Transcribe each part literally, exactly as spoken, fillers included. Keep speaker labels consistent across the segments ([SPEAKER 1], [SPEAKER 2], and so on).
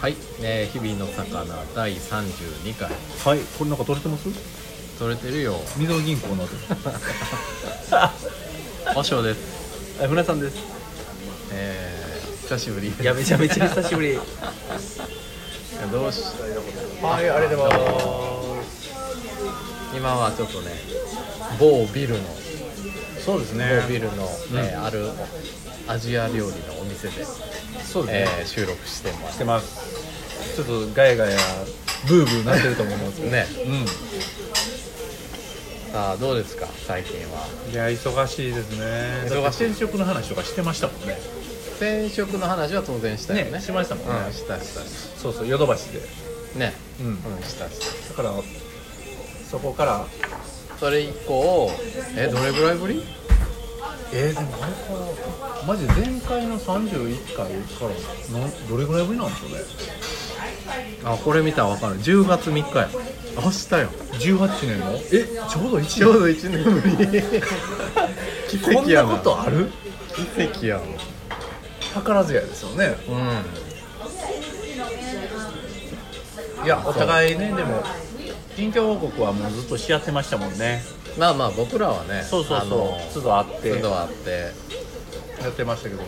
[SPEAKER 1] はい、えー、日々の魚だいさんじゅうにかい。
[SPEAKER 2] はい、これなんか取れてます？
[SPEAKER 1] 取れてるよ。
[SPEAKER 2] みずほ銀行の
[SPEAKER 1] おしょうです。
[SPEAKER 2] あ、船さんです。
[SPEAKER 1] えー、久しぶり。
[SPEAKER 2] いや、めちゃめちゃ久しぶり。
[SPEAKER 1] どうし
[SPEAKER 2] はい、ありがとうございます。
[SPEAKER 1] 今はちょっとね、某ビルの
[SPEAKER 2] そうですね。
[SPEAKER 1] 某ビルの、
[SPEAKER 2] うん
[SPEAKER 1] えー、あるアジア料理のお店で、
[SPEAKER 2] そうですね、
[SPEAKER 1] えー、収録してます。
[SPEAKER 2] してます。ちょっとガヤガヤブーブーなってると思います
[SPEAKER 1] ね。
[SPEAKER 2] うん。
[SPEAKER 1] さあどうですか最近は。
[SPEAKER 2] いや、忙しいですね。
[SPEAKER 1] 忙しい。
[SPEAKER 2] 転職の話とかしてましたもんね。
[SPEAKER 1] 転職の話は当然したよね。
[SPEAKER 2] ね、しましたもんね。
[SPEAKER 1] うん、したしたし
[SPEAKER 2] そうそう、ヨドバシで。
[SPEAKER 1] ね、
[SPEAKER 2] うん、うん、
[SPEAKER 1] したした
[SPEAKER 2] だからそこから
[SPEAKER 1] それ以降、えどれぐらいぶり？
[SPEAKER 2] えー、でもあれかマジで前回のさんじゅういっかいからなんどれぐらいぶりなんでしょうね。
[SPEAKER 1] あ、これ見たら分かる。じゅうがつみっかや。明日よ。
[SPEAKER 2] じゅうはちねんのえちょうどいち
[SPEAKER 1] ちょうどいちねんぶり。奇跡やな。
[SPEAKER 2] こんなことある？
[SPEAKER 1] 奇跡やん。
[SPEAKER 2] 図らずやですよね。
[SPEAKER 1] うん。
[SPEAKER 2] いや、お互いね、でも近況報告はもうずっとし合ってましたもんね。
[SPEAKER 1] まあまあ僕らはね、
[SPEAKER 2] そうそうそう、都度あって
[SPEAKER 1] 都度あって
[SPEAKER 2] やってましたけど、うん、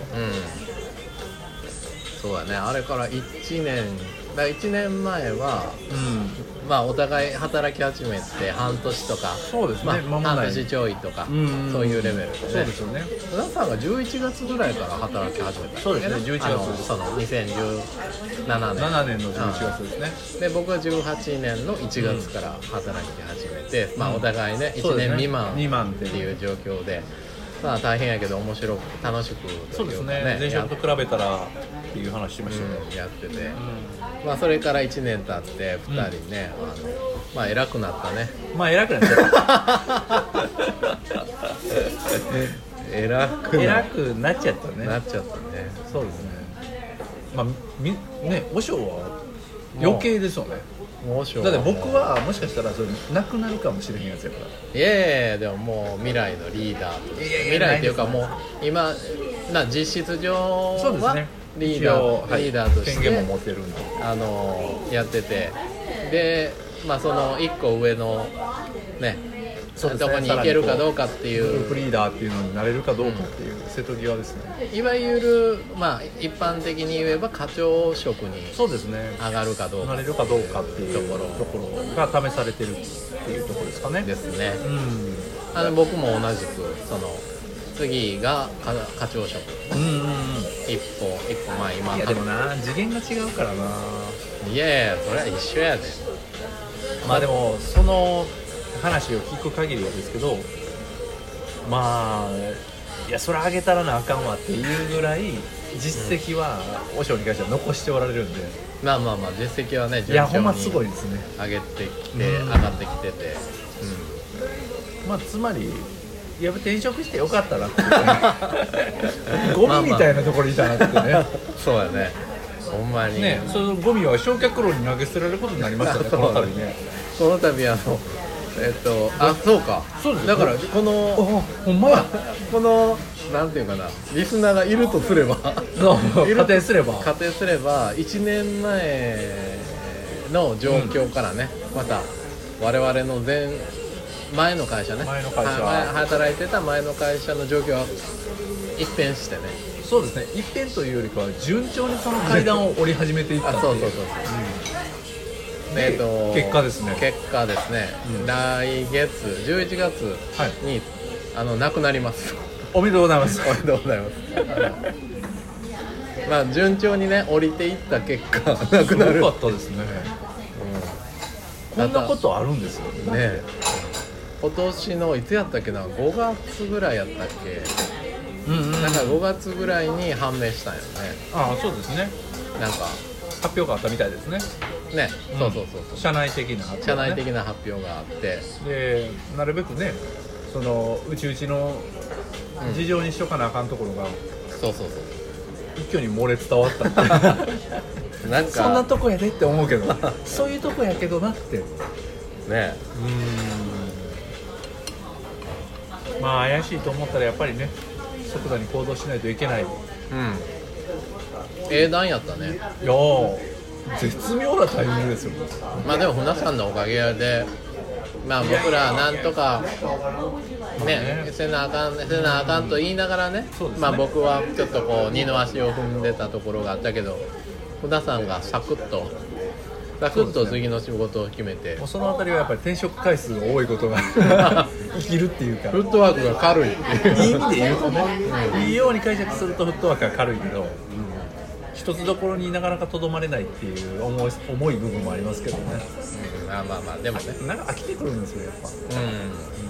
[SPEAKER 1] そうだね。あれからいちねんだ、いちねんまえは、うん、まあお互い働き始めて半年とか、
[SPEAKER 2] そうですね、
[SPEAKER 1] まあ、半年ちょいとか、うんうん、そういうレベルでね。
[SPEAKER 2] そうですよね。
[SPEAKER 1] 皆さんがじゅういちがつぐらいから働き始めた。
[SPEAKER 2] そうですね、じゅういちがつ
[SPEAKER 1] です。そのにせんじゅうななねん
[SPEAKER 2] ななねんのじゅういちがつですね、
[SPEAKER 1] うん、で僕はじゅうはちねんのいちがつから働き始めて、うん、まあお互いねいちねん未満っていう状況で、まあ大変やけど面白く楽しく、ね、
[SPEAKER 2] そうですね、前職と比べたらっていう話しましたよね、
[SPEAKER 1] うん、やってて、うん、まあそれからいちねん経ってふたりね、うん、あのまあ偉くなったね。
[SPEAKER 2] まあ偉くなっちゃった
[SPEAKER 1] 偉く
[SPEAKER 2] 偉くなっちゃったね。
[SPEAKER 1] なっちゃったね。
[SPEAKER 2] そうですね。まあみね、和尚は余計ですよね。だって僕はもしかしたらそれなくなるかもしれへんやつやから。
[SPEAKER 1] いやいやでももう未来のリーダーとして、未来っていうかもう今な実質上はリーダー、
[SPEAKER 2] はい、
[SPEAKER 1] リーダーとして
[SPEAKER 2] 権限も持ってるんで、
[SPEAKER 1] あのやってて、でまあそのいっこ上のね、そうですね、どこに行けるかどうかっていう、
[SPEAKER 2] グループリーダーっていうのになれるかどうかっていう瀬戸際ですね。
[SPEAKER 1] いわゆるまあ一般的に言えば課長職に
[SPEAKER 2] そうですね、
[SPEAKER 1] 上がるかどうか、
[SPEAKER 2] なれるかどうかっていうところところが試されてるっていうところですかね。
[SPEAKER 1] ですね。
[SPEAKER 2] うん、
[SPEAKER 1] あの僕も同じくその次が課長職、うんうんうん、一歩一歩前今。
[SPEAKER 2] いやでもな次元が違うからな。
[SPEAKER 1] いやいやそれは一緒やで。
[SPEAKER 2] まあでもその話を聞く限りはですけど、まあいやそれあげたらなあかんわっていうぐらい実績は和尚に関しては残しておられるんで、
[SPEAKER 1] まあまあまあ実績はね
[SPEAKER 2] 順調に
[SPEAKER 1] 上げてきて、上がってきてて、
[SPEAKER 2] うん、まあつまりいや転職してよかったなっていうねゴミみたいなところにいたなってねまあ、まあ、
[SPEAKER 1] そうやね、ほんまに
[SPEAKER 2] ね、そのゴミは焼却炉に投げ捨てられることになりましたねこの度ね。
[SPEAKER 1] この度あのえっとあそうか、
[SPEAKER 2] そうです
[SPEAKER 1] だからこの
[SPEAKER 2] ほんまや
[SPEAKER 1] このなんていうかな、リスナーがいるとすれば
[SPEAKER 2] 仮定すれば
[SPEAKER 1] 仮定すればいちねんまえの状況からね、うん、また我々の前前の会社ね、
[SPEAKER 2] 前の会社
[SPEAKER 1] 働いてた前の会社の状況は一変してね。
[SPEAKER 2] そうですね、一変というよりかは順調にその階段を降り始めていったっていう。
[SPEAKER 1] あ、そうそうそうそう、うん、えー、と
[SPEAKER 2] 結果ですね
[SPEAKER 1] 結果ですね、うん、来月じゅういちがつに、はい、あの亡くなります。
[SPEAKER 2] おめでとうございます。
[SPEAKER 1] おめでとうございますまあ順調にね降りていった結果亡くなる。
[SPEAKER 2] すごかったですね、うん、こんなことあるんですよね。
[SPEAKER 1] ね、今年のいつやったっけな、ごがつぐらいやったっけ、うんうん、なんかごがつぐらいに判明したんよね。
[SPEAKER 2] ああ、そうですね、
[SPEAKER 1] なんか
[SPEAKER 2] 発表があったみたいですね。
[SPEAKER 1] ね、うん、そうそうそうそう、
[SPEAKER 2] 社内的な発表、ね、
[SPEAKER 1] 社内的な発表があって、
[SPEAKER 2] でなるべくねそのうちうちの事情にしとかなあかんところが、うん、
[SPEAKER 1] そうそうそう
[SPEAKER 2] 一挙に漏れ伝わったなんかそんなとこやでって思うけどそういうとこやけどなって
[SPEAKER 1] ね。
[SPEAKER 2] うん、まあ怪しいと思ったらやっぱりね即座に行動しないといけない。うん、
[SPEAKER 1] 英断やったね。
[SPEAKER 2] いや絶妙なタイミングですよ。
[SPEAKER 1] まあでも船さんのおかげでまあ僕らなんとかねせなあかんせなあかんと言いながらね、まあ僕はちょっとこう二の足を踏んでたところがあったけど、船さんがサクッとサクッと次の仕事を決めて、
[SPEAKER 2] もうそのあたりはやっぱり転職回数が多いことが生きるっていうか、
[SPEAKER 1] フットワークが軽いっていう
[SPEAKER 2] いい意味で言うとね、うん、いいように解釈するとフットワークが軽いけど、うん、一つどころになかなかとどまれないっていう重い、重い部分もありますけどね、
[SPEAKER 1] うん、まあまあまあでもね
[SPEAKER 2] なんか飽きてくるんですよやっぱ、うんうん、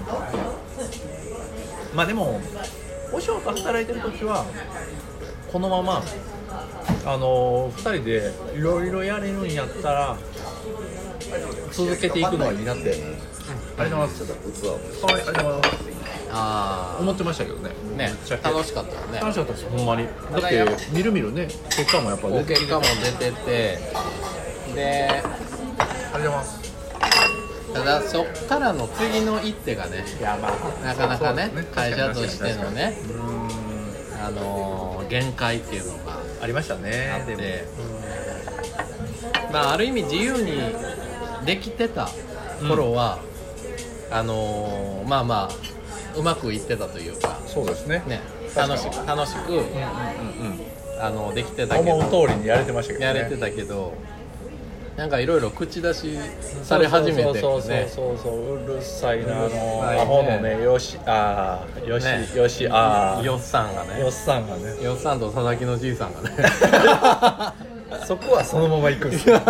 [SPEAKER 2] まあでもお仕事働いてる時はこのままあのふたりでいろいろやれるんやったら続けていくのはいいなって、うん、ありがとうございます。はい、ありがとうございます。あ思ってましたけどね。
[SPEAKER 1] ね、楽しかったよね。
[SPEAKER 2] 楽しかったですほんまに。だってみるみるね結果もやっぱ出て
[SPEAKER 1] 結果も出ててで、
[SPEAKER 2] ありがとうございます。
[SPEAKER 1] ただそっからの次の一手がね、
[SPEAKER 2] いやまあ
[SPEAKER 1] なかなかね、
[SPEAKER 2] ね
[SPEAKER 1] 会社としてのね、うーんあのー、限界っていうのが
[SPEAKER 2] ありましたね。
[SPEAKER 1] あって、
[SPEAKER 2] で
[SPEAKER 1] もまあある意味自由にできてた頃は、うん、あのー、まあまあうまくいってたというか、
[SPEAKER 2] そうですね。
[SPEAKER 1] ね楽しく楽しく、うんうんうんうん、あのできてたけど、
[SPEAKER 2] 思う通りにやれてましたけどね。
[SPEAKER 1] やれてたけど。なんかいろいろ口出しされ始めてね。
[SPEAKER 2] そうそうそうそううるさいなあの、ね、アホのねよしあーよし、ね、よしあー
[SPEAKER 1] よっさんがね
[SPEAKER 2] よっさんがね
[SPEAKER 1] よっさんと佐々木のじいさんがね
[SPEAKER 2] そこはそのまま行くんですよ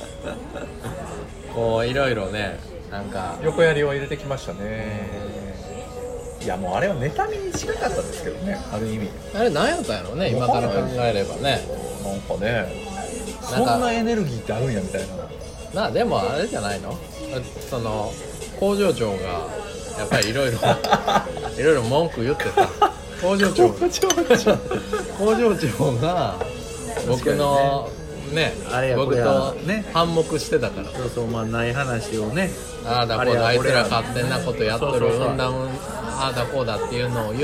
[SPEAKER 1] こういろいろねなんか
[SPEAKER 2] 横やりを入れてきましたね。いやもうあれは妬みに近かったですけどね、ある意味。
[SPEAKER 1] あれ何やったんやろうね今から考えればね。
[SPEAKER 2] なんかねそんなエネルギーってあるんやみたいな。
[SPEAKER 1] なあでもあれじゃないの、その工場長がやっぱりいろいろいろいろ文句言ってさ、工場長工場長工場長が僕のね僕とね反目してたから、
[SPEAKER 2] そうそう、まあない話をね、
[SPEAKER 1] ああだこうだあいつら勝手なことやっとるうんだんああだこうだっていうのを言って、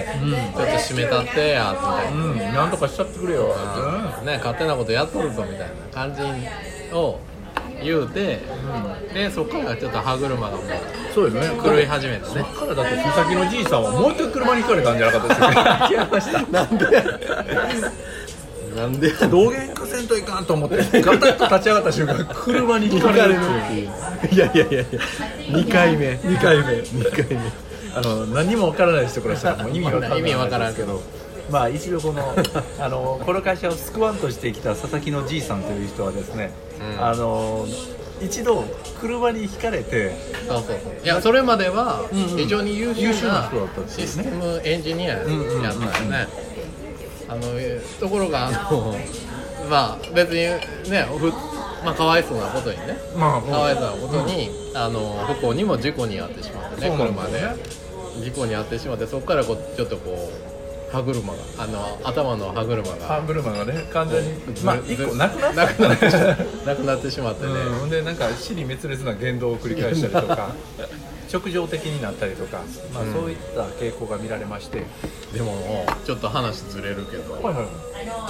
[SPEAKER 1] うん、ちょっと締めたってやみたいな、
[SPEAKER 2] うん、なんとかしちゃってくれよ、
[SPEAKER 1] うん、ね勝手なことやっとるぞみたいな感じを言うて、うん、でそっからちょっと歯車がもう
[SPEAKER 2] そうですね
[SPEAKER 1] 狂い始めてね。
[SPEAKER 2] そっからだって佐々木のじいさんはもう一回車にひかれたんじゃなかったですよね。違いました。なんでなんで道玄化せんといかんと思ってガタッと立ち上がった瞬間車にひかれるっていう。いやいやいやいやにかいめにかいめにかいめあの何もわからない人からしたらもう意味わからない
[SPEAKER 1] 意味わからんけど、
[SPEAKER 2] まあ一応このあのこの会社を救わんとしてきた佐々木のじいさんという人はですね、うん、あの一度車にひかれて、
[SPEAKER 1] そうそうそう、いやそれまでは非常に優秀な
[SPEAKER 2] 人だったんですね。
[SPEAKER 1] システムエンジニアやったよね。あのところがあのまあ別にねふまあかわいそうなことにね、まあ、かわいそうなことに、うん、あの不幸にも事故に遭ってしまってね、車で事故に遭ってしまって、そこからこうちょっとこう歯車があの頭の歯車が
[SPEAKER 2] 歯車がね完全にまあ一個なくなった
[SPEAKER 1] なくなってなくなってしまってね、
[SPEAKER 2] うん、でなんか死に滅裂な言動を繰り返したりとか直情的になったりとか、まあ、そういった傾向が見られまして、うん、
[SPEAKER 1] でもちょっと話ずれるけど、
[SPEAKER 2] はいはい、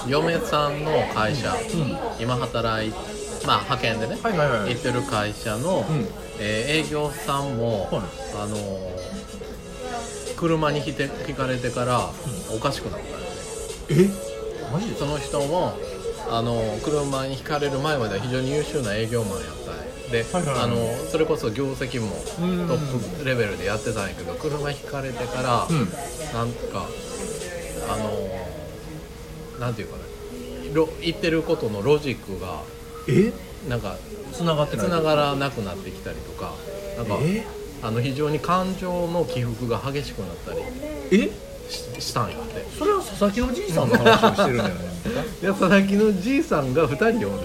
[SPEAKER 1] 嫁さんの会社、うん、今働いてまあ、派遣でね、はいはいはい、行ってる会社の、うんえー、営業さんも、はい、あのー、車にひてひかれてから、うん、おかしくなったよね。
[SPEAKER 2] えマジで？
[SPEAKER 1] その人も、あのー、車にひかれる前までは非常に優秀な営業マンやったで、はいはいはい、あのー、それこそ業績もトップレベルでやってたんやけど、車ひかれてから、うん、なんかあのー、なんていうかね、言ってることのロジックが
[SPEAKER 2] え
[SPEAKER 1] なんか
[SPEAKER 2] 繋がってない
[SPEAKER 1] 繋がらなくなってきたりとか、なんかあの非常に感情の起伏が激しくなったり
[SPEAKER 2] え
[SPEAKER 1] し, したんやって。
[SPEAKER 2] それは佐々木のじいさんの話をしてるんじゃないですか？
[SPEAKER 1] いや佐々木のじいさんがふたりおる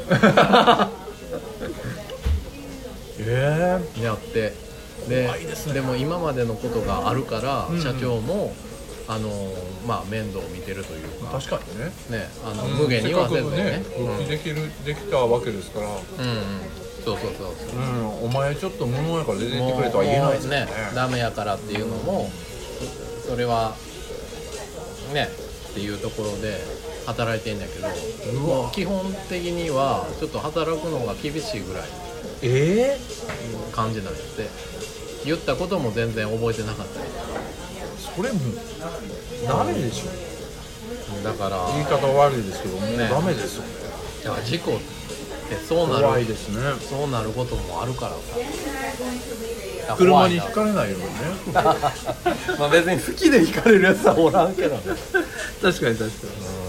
[SPEAKER 2] え
[SPEAKER 1] ー、やってで, で, ね、でも今までのことがあるから、うんうん、社長もあのまあ、面倒を見てるというか、
[SPEAKER 2] 確かにね、
[SPEAKER 1] ねあの、うん、無限にはせずにね
[SPEAKER 2] 復帰できる、うん、できたわけですから、うんうん、
[SPEAKER 1] そうそうそうそう、
[SPEAKER 2] うん、お前ちょっと無能やから出て行ってくれとは言えないですね。
[SPEAKER 1] ダメやからっていうのも、うん、それはねっていうところで働いてんだけど、もう基本的にはちょっと働くのが厳しいぐらい
[SPEAKER 2] え
[SPEAKER 1] の感じなんですって。言ったことも全然覚えてなかったり。
[SPEAKER 2] それもダメでしょ。
[SPEAKER 1] だから
[SPEAKER 2] 言い方悪いですけどもう
[SPEAKER 1] ね
[SPEAKER 2] ダメですよね。
[SPEAKER 1] だから事故ってそうなる
[SPEAKER 2] 怖いですね。
[SPEAKER 1] そうなることもあるからさ。
[SPEAKER 2] 車にひかれないようにね
[SPEAKER 1] まあ別に好きでひかれるやつはおらんけどね。
[SPEAKER 2] 確かに確かに、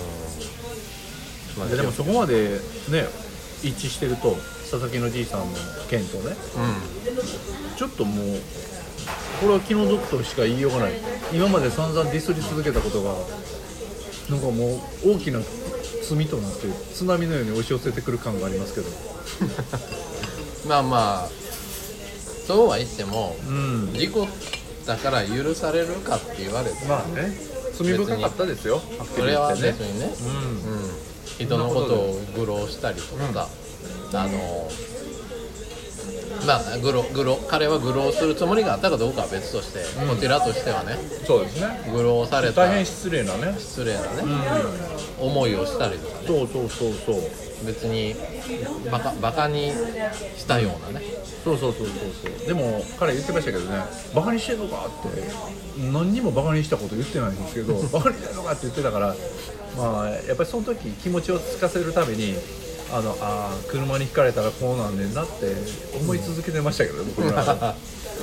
[SPEAKER 2] まあ、でもそこまでね一致してると佐々木のじいさんの件とね、うん、ちょっともうこれは気の毒としか言いようがない。今まで散々ディスり続けたことがなんかもう大きな罪となって津波のように押し寄せてくる感がありますけど
[SPEAKER 1] まあまあそうは言っても、うん、事故だから許されるかって言われて
[SPEAKER 2] まあね罪深かったですよ。
[SPEAKER 1] それは別にね、うんうん、人のことを愚弄したりとか、うん、あのまあ愚弄愚弄彼は愚弄するつもりがあったかどうかは別として、うん、こちらとしてはね
[SPEAKER 2] そうですね
[SPEAKER 1] 愚弄された
[SPEAKER 2] 大変失礼なね
[SPEAKER 1] 失礼なね、うん、思いをしたりとかね
[SPEAKER 2] そうそうそうそう
[SPEAKER 1] 別にバカバカにしたようなね、
[SPEAKER 2] そうそうそうそうそうでも彼言ってましたけどねバカにしてんのかって何にもバカにしたこと言ってないんですけどバカにしてんのかって言ってたからまあやっぱりその時気持ちをつかせるためにあのあ車にひかれたらこうなんねんなって思い続けてましたけど、うん、僕らバ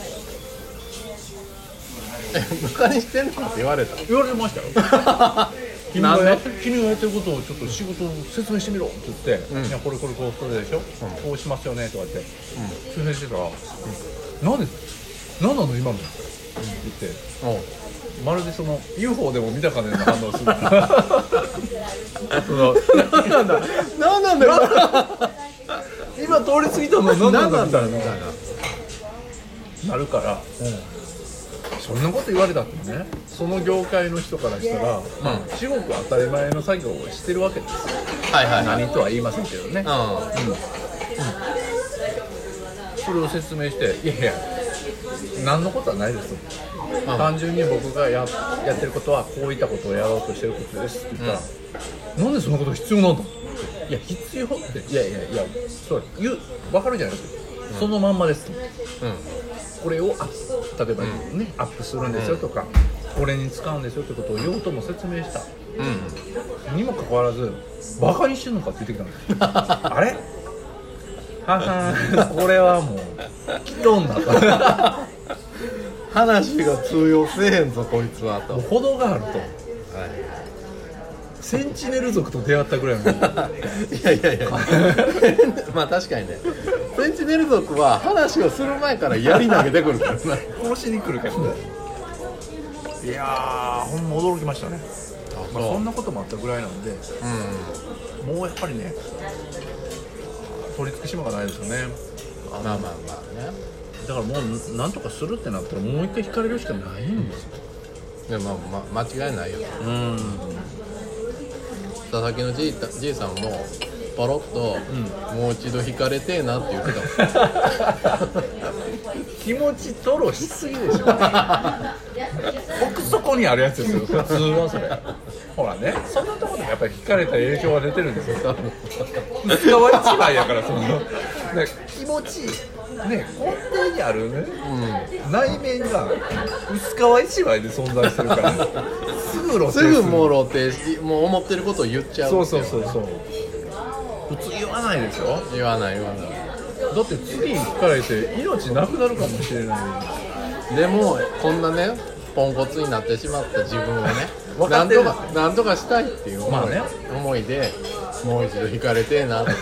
[SPEAKER 1] カにしてんのかって言われた
[SPEAKER 2] 言われてましたよ君がや君がやってることをちょっと仕事を説明してみろって言って、うん、いやこれこれこうそれでしょ、うん、こうしますよねとかって、うん、説明してたら、うん、なんで何なの今のって言って、まるでその ユーフォー でも見たかのような反応するその何なんだ何なんだよ今通り過ぎたの何なんだみたいななるから、うんそんなこと言われたってねその業界の人からしたら、まあ、至極当たり前の作業をしてるわけですよ、はいはいはい、何とは言いませんけどね、うんうんうん、それを説明していやいや何のことはないです、うん、単純に僕が や, やってることはこういったことをやろうとしてることですって言ったら、うん、なんでそんなこと必要なんだいや必要っていやいやいやそう言う分かるじゃないですか、うん、そのまんまです、うんこれをアップ例えば、ねうん、アップするんですよとか、うん、これに使うんですよってことを用途も説明した、うん、にもかかわらずバカにしてんのかって言ってきたのあれははこれはもうきとんだと
[SPEAKER 1] 話が通用せえへんぞこいつはと
[SPEAKER 2] もう程があると、はい、センチネル族と出会ったぐらいのい
[SPEAKER 1] やいやいやまあ確かにねセンチネル族は話をする前から槍投げてくるからな
[SPEAKER 2] 殺しに来るからねいやーほんま驚きましたね。あ、まあ、そんなこともあったぐらいなんで、うん、もうやっぱりね取り付く島がないですよね。
[SPEAKER 1] まあまあまあね
[SPEAKER 2] だからもうなんとかするってなったらもう一回引かれるしかないんですよ、
[SPEAKER 1] うん、いや、まあ、ま間違いないよ、うん、佐々木のじい、じいさんもポロッと、うん、もう一度引かれてえなって言ってたもん
[SPEAKER 2] 気持ちトロしすぎでしょ奥底にあるやつですよ普通はそれほらねそんなところでやっぱり引かれた影響が出てるんですよ薄皮一枚やからその気持ちね根底にあるね、うん、内面が薄皮一枚で存在してるからすぐ露呈する
[SPEAKER 1] すぐもう露呈しもう思ってることを言っちゃう
[SPEAKER 2] そうそうそうそう普通言わないでしょ。
[SPEAKER 1] 言わない言わない
[SPEAKER 2] だって次に引かれて命なくなるかもしれない
[SPEAKER 1] でもこんなねポンコツになってしまった自分をねなんとかなんとかしたいっていう思い、まあね、思いでもう一度引かれてえなって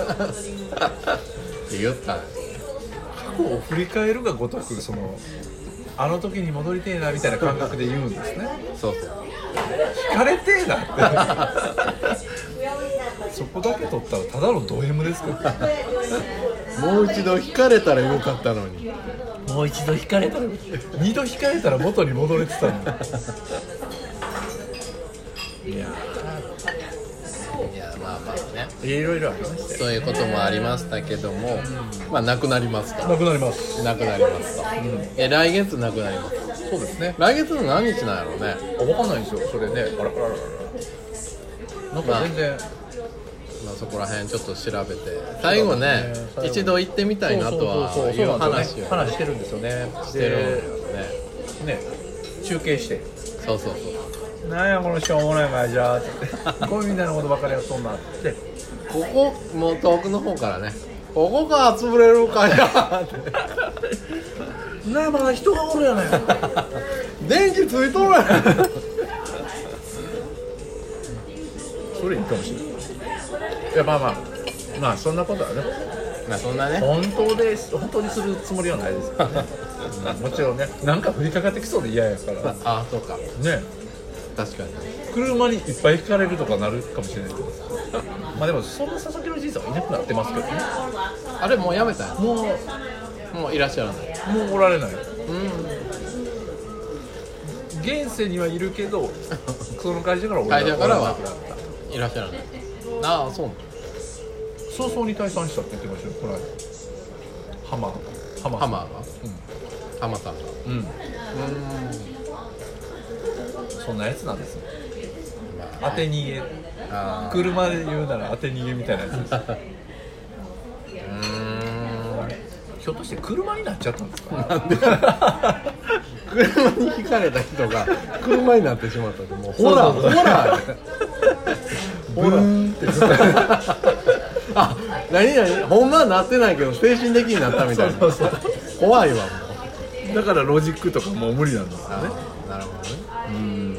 [SPEAKER 1] 言ったんです
[SPEAKER 2] 過去を振り返るがごとくそのあの時に戻りてえなみたいな感覚で言うんですね
[SPEAKER 1] そうそう
[SPEAKER 2] 引かれてえなってそこだけ取ったらただのド M ですから
[SPEAKER 1] もう一度引かれたらよかったのに
[SPEAKER 2] もう一度引かれたら二度引かれたら元に戻れてたのにいや
[SPEAKER 1] いやまあまあね
[SPEAKER 2] いろいろありましたよ
[SPEAKER 1] そういうこともありましたけども、うん、まあなくなりますと
[SPEAKER 2] なくなります
[SPEAKER 1] なくなりますと、うん、え来月なくなります。
[SPEAKER 2] そうですね
[SPEAKER 1] 来月の何日なんやろうね
[SPEAKER 2] あ分かんないんですよそれねあらあらあらなんか全然、
[SPEAKER 1] まあまあ、そこら辺ちょっと調べて最後ね一度行ってみたいなとはいう話を
[SPEAKER 2] 話してるんですよね。
[SPEAKER 1] してるんだよね。
[SPEAKER 2] ね中継して
[SPEAKER 1] そうそうそう
[SPEAKER 2] なんやこのしょうもない会社ってこういうみたいなことばっかりやっとんなって
[SPEAKER 1] ここもう遠くの方からねここが潰れる会社って
[SPEAKER 2] なあまだ人がおるやない
[SPEAKER 1] 電気ついとるやん
[SPEAKER 2] それいいかもしれない。いやまあまあまあそんなことはね
[SPEAKER 1] まあそんなね
[SPEAKER 2] 本当で本当にするつもりはないですけどねもちろんねなんか降りかかってきそうで嫌やからね
[SPEAKER 1] ああそうか確かに
[SPEAKER 2] 車にいっぱい引かれるとかなるかもしれないけどまあでもそんな佐々木のじいさんはいなくなってますけどね。
[SPEAKER 1] あれもうやめたん
[SPEAKER 2] もう
[SPEAKER 1] もういらっしゃらない
[SPEAKER 2] もうおられない。
[SPEAKER 1] うん
[SPEAKER 2] 現世にはいるけどその会社からおら
[SPEAKER 1] 会社からは
[SPEAKER 2] おらなくなった
[SPEAKER 1] いらっしゃらないああそうなの
[SPEAKER 2] 早々に退散したって言ってましたよこの間ハマーハマー
[SPEAKER 1] ハマーがハマさんが
[SPEAKER 2] うん、うん、
[SPEAKER 1] う
[SPEAKER 2] そんなやつなんですよ。
[SPEAKER 1] ーん、まあ
[SPEAKER 2] 当て逃げ
[SPEAKER 1] あー
[SPEAKER 2] 車で言うなら当て逃げみたいなやつです
[SPEAKER 1] うーん
[SPEAKER 2] ひょっとして車になっちゃったんですか
[SPEAKER 1] なんで車にひかれた人が車になってしまったってもうホラー
[SPEAKER 2] そうそうそう
[SPEAKER 1] ホラー
[SPEAKER 2] ブーンってずっと
[SPEAKER 1] あ、何々ほんまはなってないけど精神的になったみたいな
[SPEAKER 2] そうそうそう
[SPEAKER 1] 怖いわもう
[SPEAKER 2] だからロジックとかもう無理なんですよね。
[SPEAKER 1] あなるほどね
[SPEAKER 2] うーん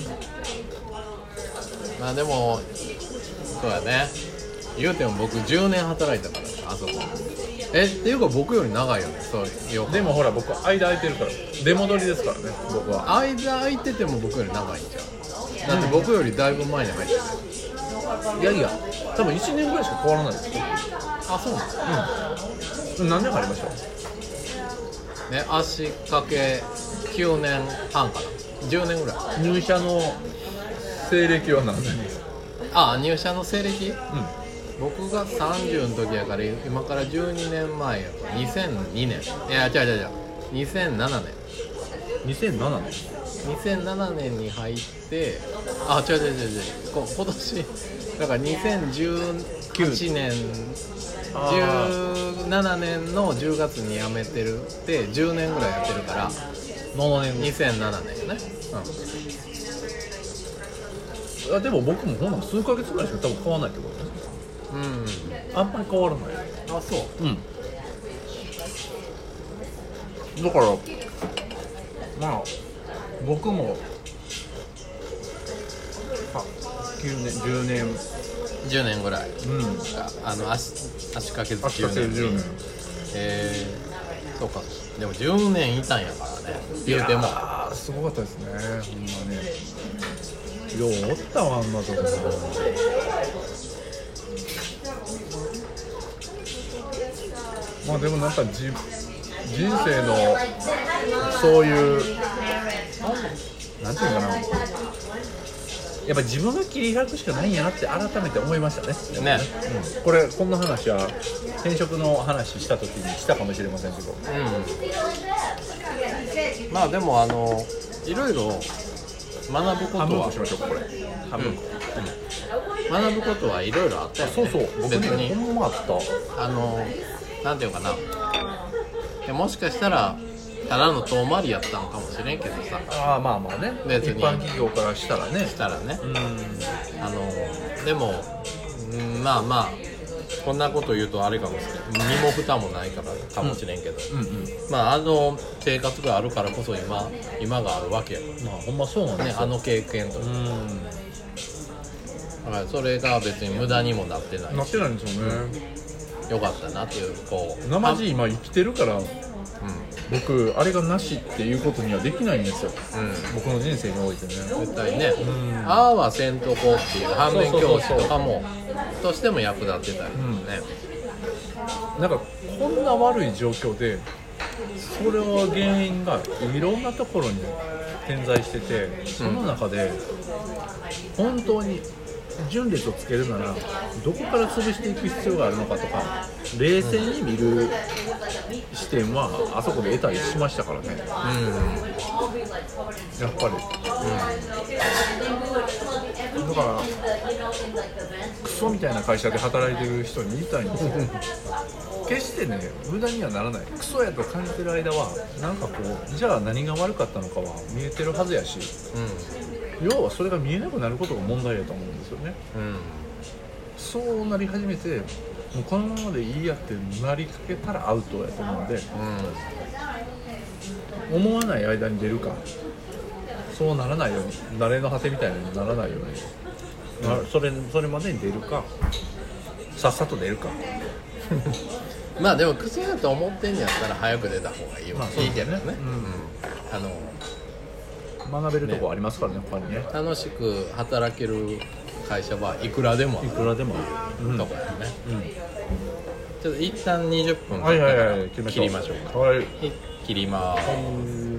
[SPEAKER 1] まあでもそうやね言うても僕じゅうねん働いたからあそこえっていうか僕より長いよねそうよ
[SPEAKER 2] でもほら僕間空いてるから出戻りですからね僕は。
[SPEAKER 1] 間空いてても僕より長いんじゃんだって僕よりだいぶ前に入ってる
[SPEAKER 2] いやいや多分いちねんぐらいしか変わらないですよ。
[SPEAKER 1] あそうなの
[SPEAKER 2] うん何年かありましょう。
[SPEAKER 1] ね足掛けきゅうねんはんかなじゅうねんぐらい
[SPEAKER 2] 入社の西暦は何年ですか。
[SPEAKER 1] あ入社の西暦
[SPEAKER 2] う
[SPEAKER 1] 僕がさんじゅうの時やから今からじゅうにねんまえやからにせんにねんいや違う違う違うにせんななねん
[SPEAKER 2] んにせんななねん
[SPEAKER 1] にせんななねんに入ってあ違う違う違う違うこ今年だからにせんじゅうはちねんじゅうななねんのじゅうがつに辞めてるってじゅうねんぐらいやってるから
[SPEAKER 2] ななねん
[SPEAKER 1] にせんななねんよね
[SPEAKER 2] あでも僕もほんなら数ヶ月ぐらいしか多分変わらないってことね。
[SPEAKER 1] うん、うん、
[SPEAKER 2] あんまり変わらない。
[SPEAKER 1] あそう
[SPEAKER 2] うんだからまあ僕もあきゅうねんじゅうねん
[SPEAKER 1] じゅうねんぐらい
[SPEAKER 2] うん
[SPEAKER 1] あの足足掛けず
[SPEAKER 2] 足掛けじゅうねん
[SPEAKER 1] えー、そうかでもじゅうねんいたんやからね言うても
[SPEAKER 2] ああすごかったですねほんまね。ようおったわあんなとこまあでもなんかじ人生のそういうなんていうのかなやっぱ自分が切り開くしかないんやなって改めて思いましたね。
[SPEAKER 1] ね、
[SPEAKER 2] うん、これこんな話は転職の話した時にしたかもしれませんけど、
[SPEAKER 1] うん、まあでもあのいろいろ学ぶことは
[SPEAKER 2] 半分こしましょうこれ半分こ、
[SPEAKER 1] うんうん、学ぶことはいろいろあったよね。
[SPEAKER 2] そうそう僕
[SPEAKER 1] 別に
[SPEAKER 2] ほんまあった
[SPEAKER 1] あのなんていうかなでもしかしたらただの遠回りやったのかもしれんけどさ
[SPEAKER 2] ああまあまあね
[SPEAKER 1] 別に
[SPEAKER 2] 一般企業からしたらね
[SPEAKER 1] したらね、
[SPEAKER 2] うん
[SPEAKER 1] あのでも、うん、まあまあこんなこと言うとあれかもしれん身も蓋もないからかもしれんけど、
[SPEAKER 2] うんうんうん、
[SPEAKER 1] まああの生活があるからこそ今今があるわけやから
[SPEAKER 2] まあほんまそうなんですよ、
[SPEAKER 1] ね、あの経験とか、
[SPEAKER 2] うん
[SPEAKER 1] だからそれが別に無駄にもなってない
[SPEAKER 2] なってないんですよね、
[SPEAKER 1] よかったなっていうこう
[SPEAKER 2] 生地今生きてるから
[SPEAKER 1] う
[SPEAKER 2] 僕あれがなしっていうことにはできないんですよ、
[SPEAKER 1] ん、うん、
[SPEAKER 2] 僕の人生においてね
[SPEAKER 1] 絶対ね、
[SPEAKER 2] うん
[SPEAKER 1] ああはせんとこっていう反面教師とかもとしても役立ってたりとかね、
[SPEAKER 2] なんかこんな悪い状況でそれは原因がいろんなところに点在しててその中で本当に順列をつけるならどこから潰していく必要があるのかとか冷静に見る視点はあそこで得たりしましたからね、
[SPEAKER 1] うん、
[SPEAKER 2] やっぱり、 だからクソみたいな会社で働いてる人に言いたいんですよ決してね無駄にはならない。クソやと感じてる間はなんかこうじゃあ何が悪かったのかは見えてるはずやし、うん、要はそれが見えなくなることが問題やと思うんですよね、うん、そうなり始めてもうこのままでいいやってなりかけたらアウトやと思うんで、うん、思わない間に出るかそうならないように慣れの果てみたいにならないように、うん、それ、それまでに出るかさっさと出るか
[SPEAKER 1] まあでもクソやと思ってんやったら早く出た方がいいよ、まあ、いいけどね、うんうん、あ
[SPEAKER 2] の学べるとこありますからね、他にね
[SPEAKER 1] 楽しく働ける会社はいくらでも
[SPEAKER 2] いくらでも
[SPEAKER 1] あるとこやね、うんうん、ちょっと一旦にじゅっぷん
[SPEAKER 2] はいはいはい、
[SPEAKER 1] 切りましょうか、
[SPEAKER 2] はい、
[SPEAKER 1] 切ります。